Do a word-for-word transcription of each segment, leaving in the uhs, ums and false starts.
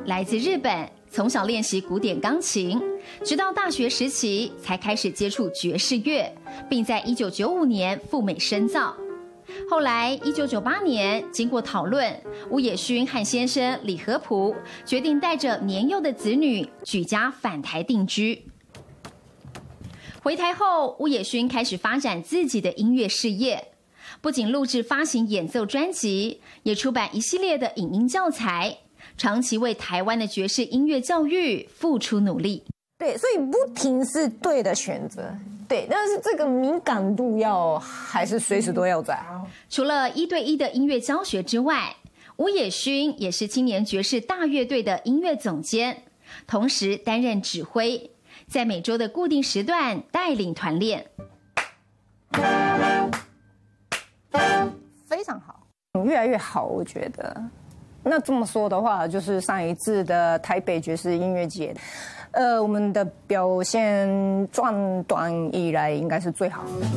来自日本，从小练习古典钢琴，直到大学时期才开始接触爵士乐，并在一九九五年赴美深造。后来一九九八年，经过讨论，巫野勋和先生李和璞决定带着年幼的子女举家返台定居。回台后，巫野勋开始发展自己的音乐事业，不仅录制发行演奏专辑，也出版一系列的影音教材，长期为台湾的爵士音乐教育付出努力。 对，所以不停是对的选择。对，但是这个敏感度要还是随时都要在。 除了一对一的音乐教学之外，巫野勋也是青年爵士大乐队的音乐总监，同时担任指挥，在每周的固定时段带领团练。 非常好，越来越好，我觉得。那这么说的话，就是上一次的台北爵士音乐节，呃，我们的表现转短以来应该是最好的。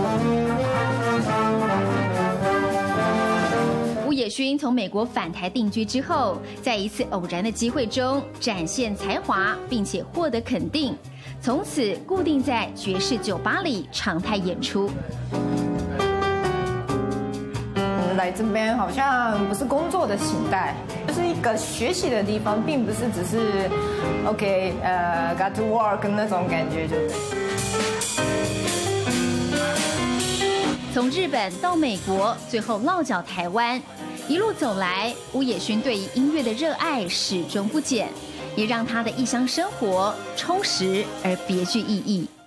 巫野勋从美国返台定居之后，在一次偶然的机会中展现才华，并且获得肯定，从此固定在爵士酒吧里常态演出。 来这边好像不是工作的形态，就是一个学习的地方，并不是只是 OK 呃 got to work 那种感觉，就对。 从日本到美国，最后落脚台湾，一路走来，巫野勋对于音乐的热爱始终不减，也让他的异乡生活充实而别具意义。